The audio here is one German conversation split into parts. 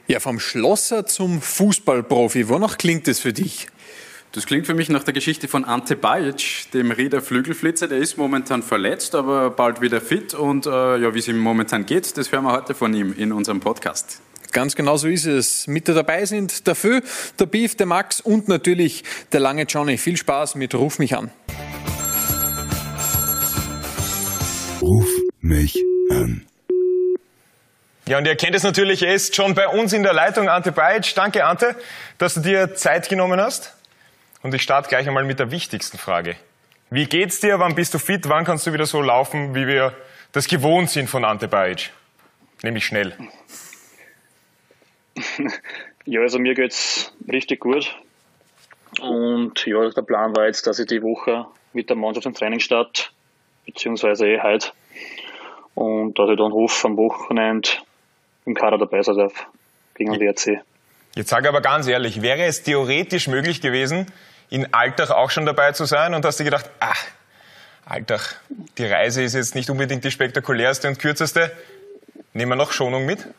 Ja, vom Schlosser zum Fußballprofi. Wonach klingt es für dich? Das klingt für mich nach der Geschichte von Ante Bajic, dem Rieder Flügelflitzer. Der ist momentan verletzt, aber bald wieder fit. Und wie es ihm momentan geht, das hören wir heute von ihm in unserem Podcast. Ganz genau so ist es. Mit dabei sind der Fö, der Beef, der Max und natürlich der lange Johnny. Viel Spaß mit Ruf mich an. Ruf mich an. Ja, und ihr kennt es natürlich, er ist schon bei uns in der Leitung, Ante Bajic. Danke, Ante, dass du dir Zeit genommen hast. Und ich starte gleich einmal mit der wichtigsten Frage. Wie geht's dir? Wann bist du fit? Wann kannst du wieder so laufen, wie wir das gewohnt sind von Ante Bajic? Nämlich schnell. Ja, also mir geht's richtig gut. Und ja, der Plan war jetzt, dass ich die Woche mit der Mannschaft im Training starte, beziehungsweise heute. Und dass ich dann hoffe, am Wochenende im Kader dabei sein darf gegen den WRC. Jetzt sage aber ganz ehrlich, wäre es theoretisch möglich gewesen, in Altach auch schon dabei zu sein? Und hast du gedacht, Altach, die Reise ist jetzt nicht unbedingt die spektakulärste und kürzeste. Nehmen wir noch Schonung mit?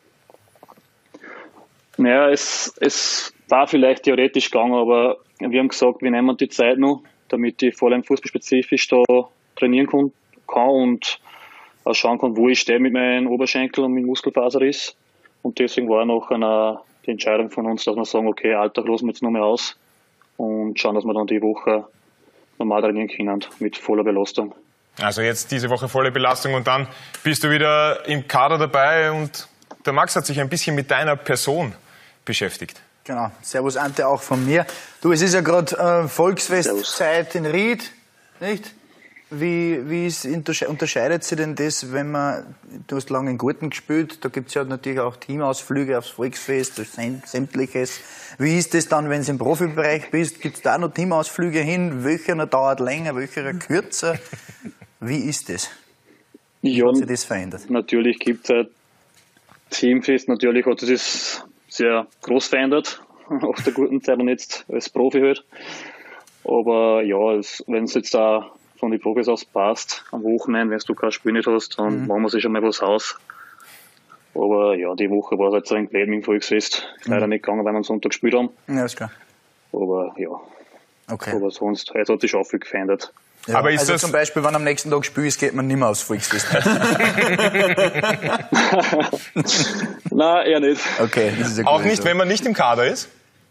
Naja, es war vielleicht theoretisch gegangen, aber wir haben gesagt, wir nehmen die Zeit noch, damit ich vor allem fußballspezifisch da trainieren kann und auch schauen kann, wo ich stehe mit meinem Oberschenkel und mit Muskelfaserriss. Und deswegen war noch die Entscheidung von uns, dass wir sagen, okay, Alltag lassen wir jetzt noch mehr aus und schauen, dass wir dann die Woche normal trainieren können mit voller Belastung. Also jetzt diese Woche volle Belastung und dann bist du wieder im Kader dabei und der Max hat sich ein bisschen mit deiner Person beschäftigt. Genau. Servus Ante auch von mir. Du, es ist ja gerade Volksfestzeit in Ried, nicht? Wie unterscheidet sich denn das, wenn du hast lange in Gurten gespielt, da gibt es ja natürlich auch Teamausflüge aufs Volksfest, sämtliches. Wie ist das dann, wenn du im Profibereich bist? Gibt es da noch Teamausflüge hin? Welcher dauert länger, welcher kürzer? Wie ist das? Wie hat sich das verändert? Natürlich gibt es Teamfest, natürlich hat sich das sehr groß verändert, auf der guten Zeit und jetzt als Profi halt. Aber ja, wenn es jetzt da von den Profis aus passt, am Wochenende, wenn du kein Spiel nicht hast, dann machen wir sich schon mal was aus. Aber ja, die Woche war es halt so ein Problem im Volksfest. Ist leider nicht gegangen, weil wir am Sonntag gespielt haben. Ja, ist klar. Aber ja. Okay. Aber sonst, heute hat sich auch viel verändert. Ja, aber ist also das zum Beispiel, wenn am nächsten Tag Spiel ist, geht man nicht mehr aufs Volksfest. Nein, eher nicht. Okay, das ist ja auch nicht, wenn man nicht im Kader ist?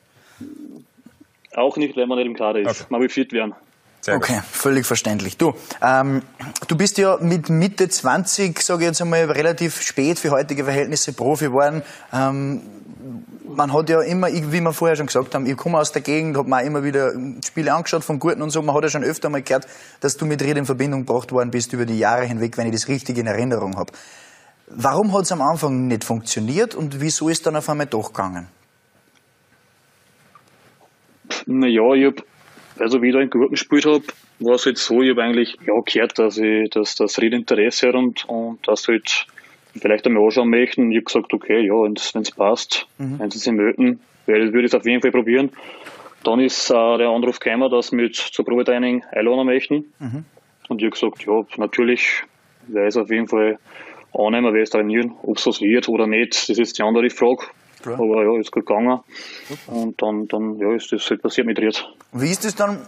Auch nicht, wenn man nicht im Kader ist. Okay. Man will fit werden. Okay, völlig verständlich. Du bist ja mit Mitte 20, sage ich jetzt einmal, relativ spät für heutige Verhältnisse Profi geworden. Man hat ja immer, wie wir vorher schon gesagt haben, ich komme aus der Gegend, habe mir immer wieder Spiele angeschaut von Gurten und so. Man hat ja schon öfter mal gehört, dass du mit Ried in Verbindung gebracht worden bist über die Jahre hinweg, wenn ich das richtig in Erinnerung habe. Warum hat es am Anfang nicht funktioniert und wieso ist dann auf einmal doch gegangen? Naja, wie ich da in Gurten gespielt habe, war es halt so, ich habe eigentlich gehört, dass das Ried Interesse hat und dass halt vielleicht einmal anschauen möchten. Ich habe gesagt, okay, ja, wenn es passt, wenn sie sich möchten, würde ich es auf jeden Fall probieren. Dann ist der Anruf gekommen, dass wir zur Probetraining einladen möchten. Und ich habe gesagt, ja, natürlich werde ich es auf jeden Fall annehmen, werde es trainieren. Ob es was wird oder nicht, das ist die andere Frage. Klar. Aber ja, ist gut gegangen. Und dann ist das halt passiert mit Ried. Wie ist das dann?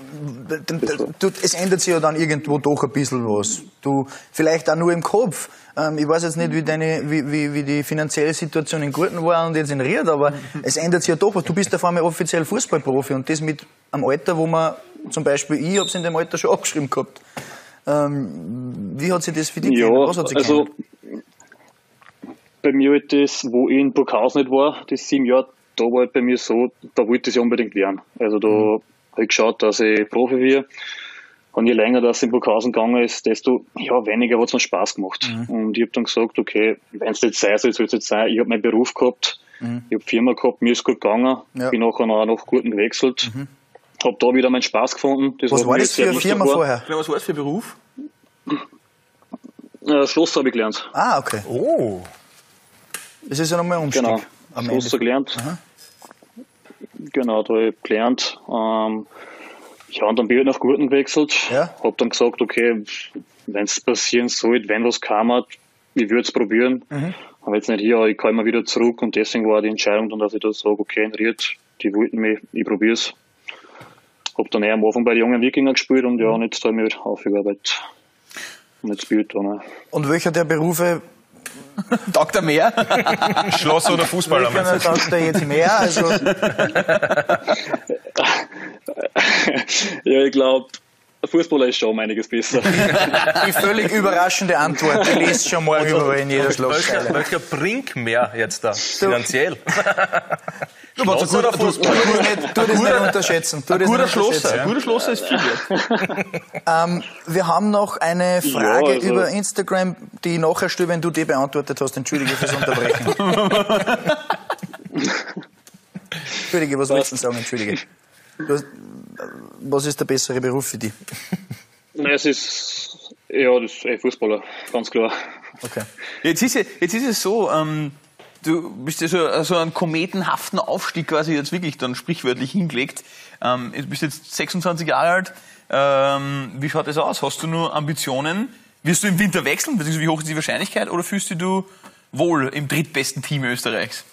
Es ändert sich ja dann irgendwo doch ein bisschen was. Du, vielleicht auch nur im Kopf. Ich weiß jetzt nicht, wie die finanzielle Situation in Gurten war und jetzt in Ried, aber es ändert sich ja doch was. Du bist auf einmal offiziell Fußballprofi und das mit einem Alter, wo man, zum Beispiel ich habe es in dem Alter schon abgeschrieben gehabt. Wie hat sich das für dich geändert? Was hat sich geändert? Bei mir halt das, wo ich in Burghausen nicht war, das 7 Jahre, da war halt bei mir so, da wollte ich ja unbedingt werden. Also da habe ich geschaut, dass ich Profi werde. Und je länger das in Burghausen gegangen ist, desto weniger hat es mir Spaß gemacht. Und ich habe dann gesagt, okay, wenn es nicht sein soll, soll es nicht sein. Ich habe meinen Beruf gehabt, ich habe Firma gehabt, mir ist gut gegangen, bin nachher nach Gurten gewechselt, habe da wieder meinen Spaß gefunden. Was war das für eine Firma vorher? Was war das für ein Beruf? Schloss habe ich gelernt. Ah, okay. Oh. Das ist ja nochmal ein Umstieg. Genau, Schloss gelernt. Genau, da habe ich gelernt. Und dann bin ich nach Gurten gewechselt. Ja. Habe dann gesagt, okay, wenn es passieren sollte, wenn was kam, ich würde es probieren. Aber jetzt nicht hier, ich kann immer wieder zurück und deswegen war die Entscheidung dann, dass ich da sage, okay, in Ried, die wollten mich, ich probier's. Hab dann eher am Anfang bei den jungen Wikinger gespielt und ja, und jetzt habe ich mich aufgearbeitet. Und jetzt spiele ich da noch. Und welcher der Berufe taugt er mehr? Schloss oder Fußballer? Welcher taugt er jetzt mehr? Also ja, ich glaube, Fußballer ist schon um einiges besser. die völlig überraschende Antwort, die liest schon morgen überall in jeder Schlagzeile. Welcher bringt mehr jetzt da, finanziell? Du machst Schloss oder Fußball? Tu das nicht unterschätzen. Guter Schlosser ist viel wert. Wir haben noch eine Frage Ja, also über Instagram, die ich nachher stelle, wenn du die beantwortet hast. Entschuldige fürs Unterbrechen. Entschuldige, was willst du sagen? Entschuldige. Was ist der bessere Beruf für dich? Nein, es ist, ja, das ist Fußballer, ganz klar. Okay. Jetzt ist es so, du bist ja so einen kometenhaften Aufstieg quasi jetzt wirklich dann sprichwörtlich hingelegt. Du bist jetzt 26 Jahre alt. Wie schaut das aus? Hast du nur Ambitionen? Wirst du im Winter wechseln? Wie hoch ist die Wahrscheinlichkeit? Oder fühlst du dich wohl im drittbesten Team Österreichs?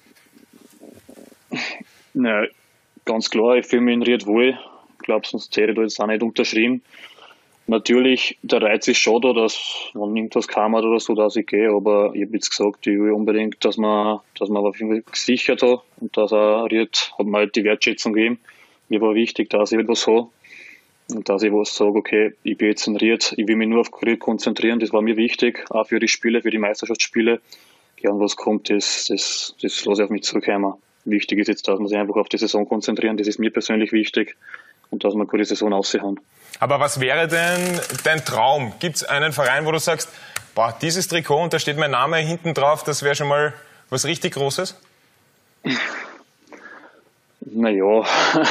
Nein, ganz klar, ich fühle mich in Ried wohl. Ich glaube, sonst hätte ich da jetzt auch nicht unterschrieben. Natürlich, der Reiz ist schon da, dass, wenn irgendwas kam oder so, dass ich gehe, aber ich habe jetzt gesagt, ich will unbedingt, dass man auf jeden Fall gesichert hat und dass auch Ried hat mir halt die Wertschätzung gegeben. Mir war wichtig, dass ich etwas habe und dass ich was sage, okay, ich bin jetzt in Ried, ich will mich nur auf Ried konzentrieren, das war mir wichtig, auch für die Spiele, für die Meisterschaftsspiele. Ja, und was kommt, das lasse ich auf mich zurückkommen. Wichtig ist jetzt, dass wir sich einfach auf die Saison konzentrieren, das ist mir persönlich wichtig und dass wir eine gute Saison aussehen. Aber was wäre denn dein Traum? Gibt es einen Verein, wo du sagst, boah, dieses Trikot und da steht mein Name hinten drauf, das wäre schon mal was richtig Großes? Naja,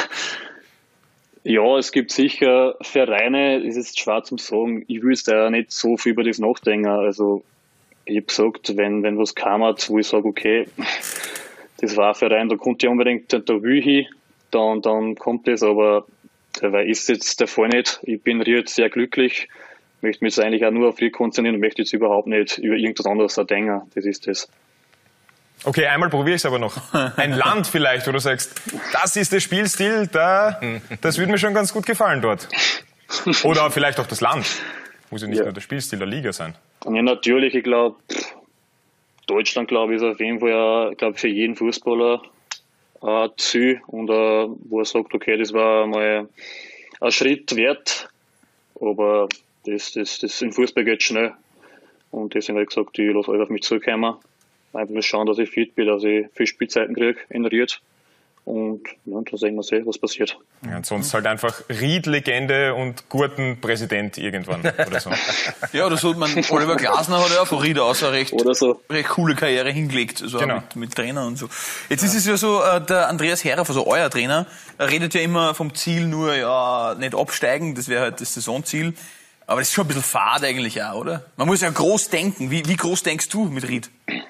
ja, es gibt sicher Vereine, ist jetzt schwer zum sagen, ich will da nicht so viel über das nachdenken. Also ich habe gesagt, wenn was kam, wo ich sage, okay, das war ein Verein, da konnte ich unbedingt, da will ich hin, dann kommt das, aber weil ist jetzt der Fall nicht. Ich bin jetzt sehr glücklich, möchte mich jetzt eigentlich auch nur auf Ried konzentrieren und möchte jetzt überhaupt nicht über irgendwas anderes denken. Das ist das. Okay, einmal probiere ich es aber noch. Ein Land vielleicht, wo du sagst, das ist der Spielstil, das würde mir schon ganz gut gefallen dort. Oder vielleicht auch das Land. Muss ja nicht nur der Spielstil der Liga sein. Ja, natürlich, ich glaube, Deutschland, glaube ich, ist auf jeden Fall, ich glaube, für jeden Fußballer ein Ziel und wo er sagt, okay, das war mal ein Schritt wert, aber das im Fußball geht schnell und deswegen habe ich gesagt, ich lasse alles auf mich zurückkommen, einfach mal schauen, dass ich fit bin, dass ich viel Spielzeiten kriege in Ried und ja, dann sehen wir sehen, was passiert. Ja, und sonst halt einfach Ried-Legende und Gurtenpräsident irgendwann oder so. Ja, oder so, Oliver Glasner hat ja auch von Ried aus eine recht coole Karriere hingelegt, also genau. mit Trainer und so. Jetzt ist es ja so, der Andreas Herrauf, also euer Trainer, redet ja immer vom Ziel nur, ja, nicht absteigen, das wäre halt das Saisonziel. Aber das ist schon ein bisschen fad eigentlich auch, oder? Man muss ja groß denken. Wie groß denkst du mit Ried?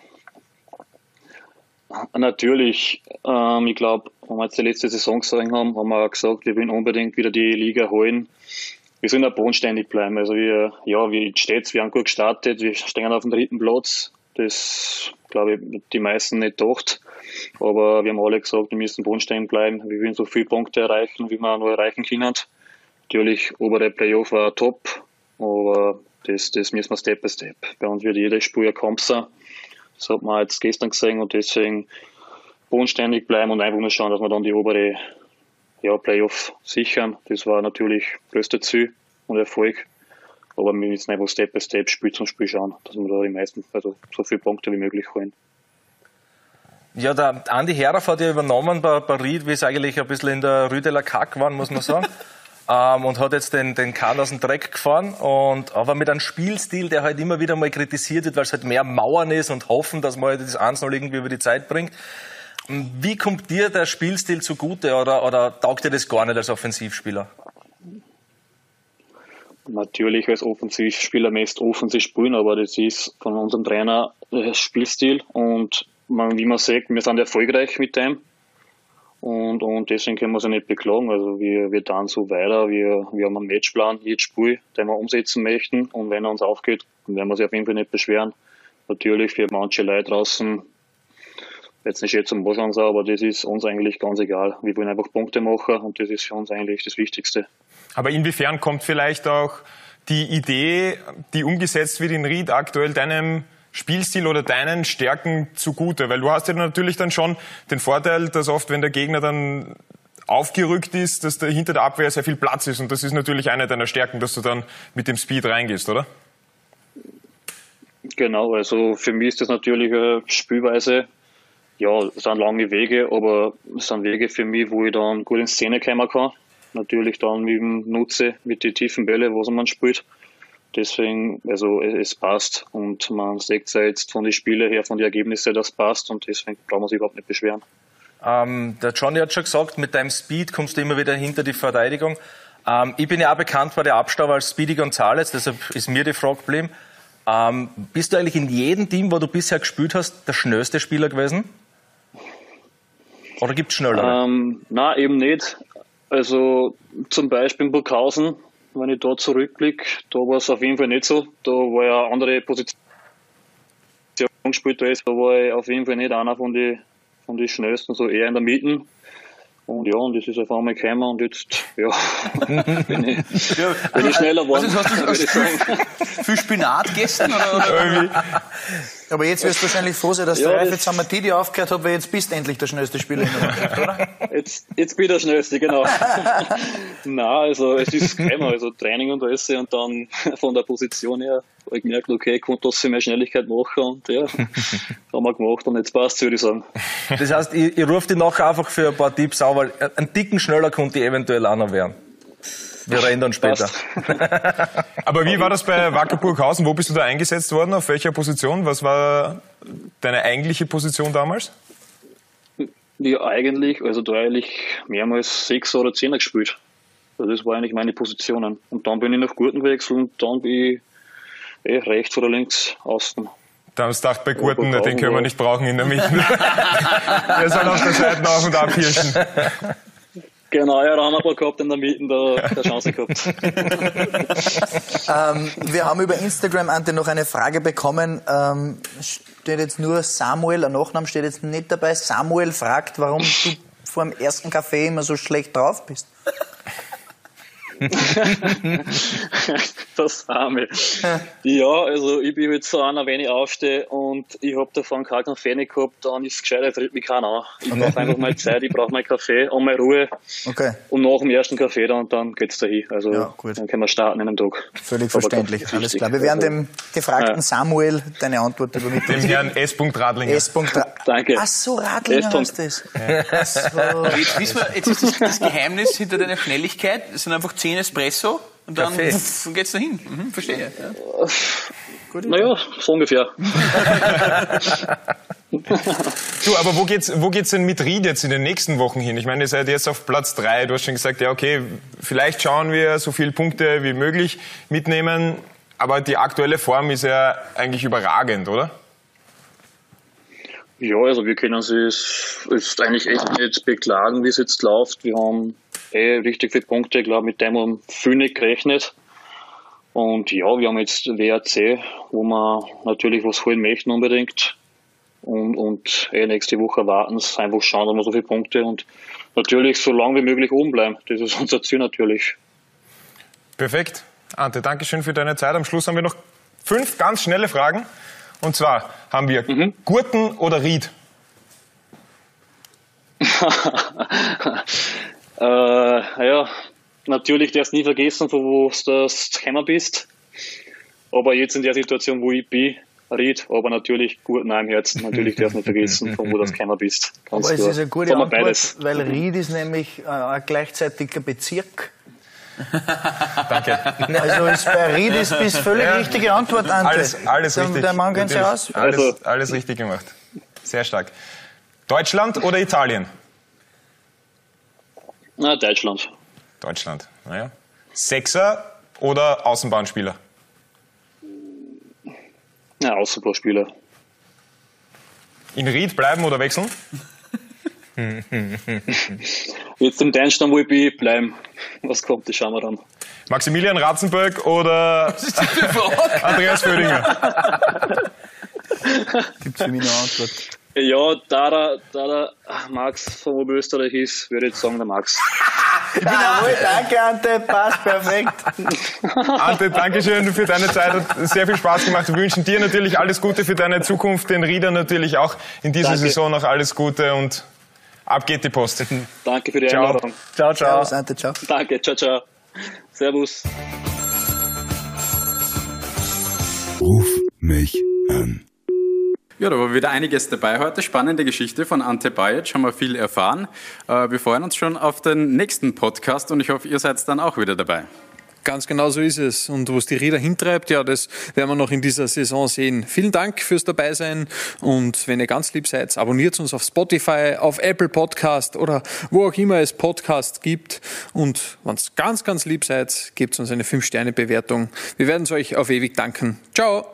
Natürlich, ich glaube, wenn wir jetzt die letzte Saison gesehen haben wir auch gesagt, wir wollen unbedingt wieder die Liga holen. Wir sollen auch bodenständig bleiben. Also wir haben gut gestartet, wir stehen auf dem 3. Platz. Das, glaube ich, die meisten nicht gedacht. Aber wir haben alle gesagt, wir müssen bodenständig bleiben. Wir wollen so viele Punkte erreichen, wie wir noch erreichen können. Natürlich, obere Playoff war top, aber das müssen wir Step by Step. Bei uns wird jeder Spiel ein Kampf sein. Das hat man jetzt gestern gesehen und deswegen bodenständig bleiben und einfach nur schauen, dass wir dann die obere Playoff sichern. Das war natürlich das größte Ziel und Erfolg. Aber wir müssen einfach Step by Step, Spiel zum Spiel schauen, dass wir da die meisten, also so viele Punkte wie möglich holen. Ja, der Andi Herrauf hat ja übernommen bei Ried, wie es eigentlich ein bisschen in der Rue de la Caque waren, muss man sagen. Und hat jetzt den Kahn aus dem Dreck gefahren, aber mit einem Spielstil, der halt immer wieder mal kritisiert wird, weil es halt mehr Mauern ist und hoffen, dass man halt das 1-0 irgendwie über die Zeit bringt. Wie kommt dir der Spielstil zugute oder taugt dir das gar nicht als Offensivspieler? Natürlich als Offensivspieler meist offensiv spielen, aber das ist von unserem Trainer das Spielstil und wie man sieht, wir sind erfolgreich mit dem. Und deswegen können wir uns ja nicht beklagen. Also wir tun so weiter. Wir haben einen Matchplan, jedes Spiel, den wir umsetzen möchten. Und wenn er uns aufgeht, dann werden wir uns auf jeden Fall nicht beschweren. natürlich für manche Leute draußen jetzt nicht jetzt zum Anschauen, aber das ist uns eigentlich ganz egal. Wir wollen einfach Punkte machen und das ist für uns eigentlich das Wichtigste. Aber inwiefern kommt vielleicht auch die Idee, die umgesetzt wird in Ried aktuell, deinem Spielstil oder deinen Stärken zugute? Weil du hast ja natürlich dann schon den Vorteil, dass oft, wenn der Gegner dann aufgerückt ist, dass da hinter der Abwehr sehr viel Platz ist und das ist natürlich eine deiner Stärken, dass du dann mit dem Speed reingehst, oder? Genau, also für mich ist das natürlich eine Spielweise. Ja, es sind lange Wege, aber es sind Wege für mich, wo ich dann gut in Szene kommen kann. Natürlich dann mit dem Nutze, mit den tiefen Bälle, was man spielt. Deswegen, also es passt und man sieht es ja jetzt von den Spielen her, von den Ergebnissen, das passt und deswegen braucht man sich überhaupt nicht beschweren. Der Johnny hat schon gesagt, mit deinem Speed kommst du immer wieder hinter die Verteidigung. Ich bin ja auch bekannt bei der Abstauber als Speedy González, deshalb ist mir die Frage geblieben. Bist du eigentlich in jedem Team, wo du bisher gespielt hast, der schnellste Spieler gewesen? Oder gibt es schnellere? Nein, eben nicht. Also zum Beispiel in Burghausen, wenn ich da zurückblicke, da war es auf jeden Fall nicht so. Da war ja eine andere Position gespielt, da war ich auf jeden Fall nicht einer von den schnellsten, so eher in der Mitte. Und ja, und das ist auf einmal gekommen und jetzt, ja, bin ich schneller geworden. Also hast du viel Spinat gegessen? Oder? Aber jetzt wirst du wahrscheinlich froh sein, dass der Ralf jetzt Samatidi aufgehört hat, weil jetzt bist du endlich der schnellste Spieler in der Mannschaft, oder? Jetzt bin ich der Schnellste, genau. Nein, also es ist gekommen, also Training und alles und dann von der Position her habe ich gemerkt, okay, ich konnte trotzdem mehr Schnelligkeit machen und ja, haben wir gemacht und jetzt passt, würde ich sagen. Das heißt, ich rufe dich nachher einfach für ein paar Tipps an, weil einen Ticken schneller konnte ich eventuell auch noch werden. Wir reden dann später. Aber wie war das bei Wacker Burghausen? Wo bist du da eingesetzt worden? Auf welcher Position? Was war deine eigentliche Position damals? Ja, eigentlich, also da eigentlich mehrmals 6 oder 10er gespielt. Also das waren eigentlich meine Positionen. Und dann bin ich nach Gurten gewechselt und dann bin ich rechts oder links außen. Da haben sie gedacht, bei Gurten, den können wir nicht brauchen in der Mitte. Der soll auf der Seite auf und abhirschen. Genau, ja, da haben wir aber gehabt in der Mitte, da Chance gehabt. Wir haben über Instagram, Ante, noch eine Frage bekommen. Steht jetzt nur Samuel, ein Nachname steht jetzt nicht dabei. Samuel fragt, warum du vor dem ersten Kaffee immer so schlecht drauf bist. Das Arme. Ja, also ich bin jetzt so einer, wenn ich aufstehe und ich habe davon keinen Kaffee nicht gehabt, dann ist es gescheiter, tritt mich keiner an. Ich brauche einfach mal Zeit, ich brauche mal Kaffee und mal Ruhe. Okay. Und nach dem ersten Kaffee dann geht's dahin. Also Ja, gut. dann können wir starten in einem Tag. Völlig verständlich, alles klar. Wir werden dem gefragten Samuel deine Antwort übermitteln. Dem Herrn S. Radlinger. Danke. Ach so, Radlinger heißt das. Ach so. Jetzt wissen wir, jetzt ist das Geheimnis hinter deiner Schnelligkeit. Es sind einfach 10 Espresso und dann geht's dahin. Verstehe. Ja. Naja, so ungefähr. Du, aber wo geht's denn mit Ried jetzt in den nächsten Wochen hin? Ich meine, ihr seid jetzt auf Platz 3. Du hast schon gesagt, ja okay, vielleicht schauen wir so viele Punkte wie möglich mitnehmen. Aber die aktuelle Form ist ja eigentlich überragend, oder? Ja, also wir können es eigentlich echt nicht beklagen, wie es jetzt läuft. Wir haben richtig viele Punkte, ich glaube, mit dem haben viel nicht gerechnet. Und ja, wir haben jetzt WRC, wo wir natürlich was holen möchten unbedingt. Und nächste Woche warten es, einfach schauen, dass wir so viele Punkte und natürlich so lange wie möglich oben bleiben. Das ist unser Ziel natürlich. Perfekt. Ante, danke schön für deine Zeit. Am Schluss haben wir noch 5 ganz schnelle Fragen. Und zwar haben wir Gurten oder Ried? Ja, natürlich darfst du nie vergessen, von wo du gekommen bist. Aber jetzt in der Situation, wo ich bin, Ried, aber natürlich Gurten auch im Herzen. Natürlich darfst du nicht vergessen, von wo du gekommen bist. Ganz Aber es klar. ist eine gute Haben wir Antwort, weil Ried ist nämlich gleichzeitig ein Bezirk. Danke. Also bei Ried ist völlig richtige Antwort, Ante. Alles richtig. Der Mann kennt sich aus. Alles richtig gemacht. Sehr stark. Deutschland oder Italien? Na, Deutschland. Deutschland, naja. Sechser oder Außenbahnspieler? Ja, Außenbahnspieler. In Ried bleiben oder wechseln? Jetzt im Deinstein, wo ich bin, bleiben. Was kommt, das schauen wir dann. Maximilian Ratzenberg oder Andreas Föhringer? Gibt es für mich noch eine Antwort? Ja, da der Max von Oberösterreich ist, würde ich jetzt sagen, der Max. Danke, Ante, passt perfekt. Ante, danke schön für deine Zeit, hat sehr viel Spaß gemacht. Wir wünschen dir natürlich alles Gute für deine Zukunft, den Rieder natürlich auch in dieser Saison noch alles Gute und ab geht die Post. Danke für die Einladung. Ciao, ciao. Servus, Ante, ciao. Danke, ciao, ciao. Servus. Ruf mich an. Ja, da war wieder einiges dabei heute. Spannende Geschichte von Ante Bajic, haben wir viel erfahren. Wir freuen uns schon auf den nächsten Podcast und ich hoffe, ihr seid dann auch wieder dabei. Ganz genau so ist es. Und was die Rieder hintreibt, ja, das werden wir noch in dieser Saison sehen. Vielen Dank fürs Dabeisein und wenn ihr ganz lieb seid, abonniert uns auf Spotify, auf Apple Podcast oder wo auch immer es Podcasts gibt. Und wenn ihr ganz, ganz lieb seid, gebt uns eine 5-Sterne-Bewertung. Wir werden es euch auf ewig danken. Ciao!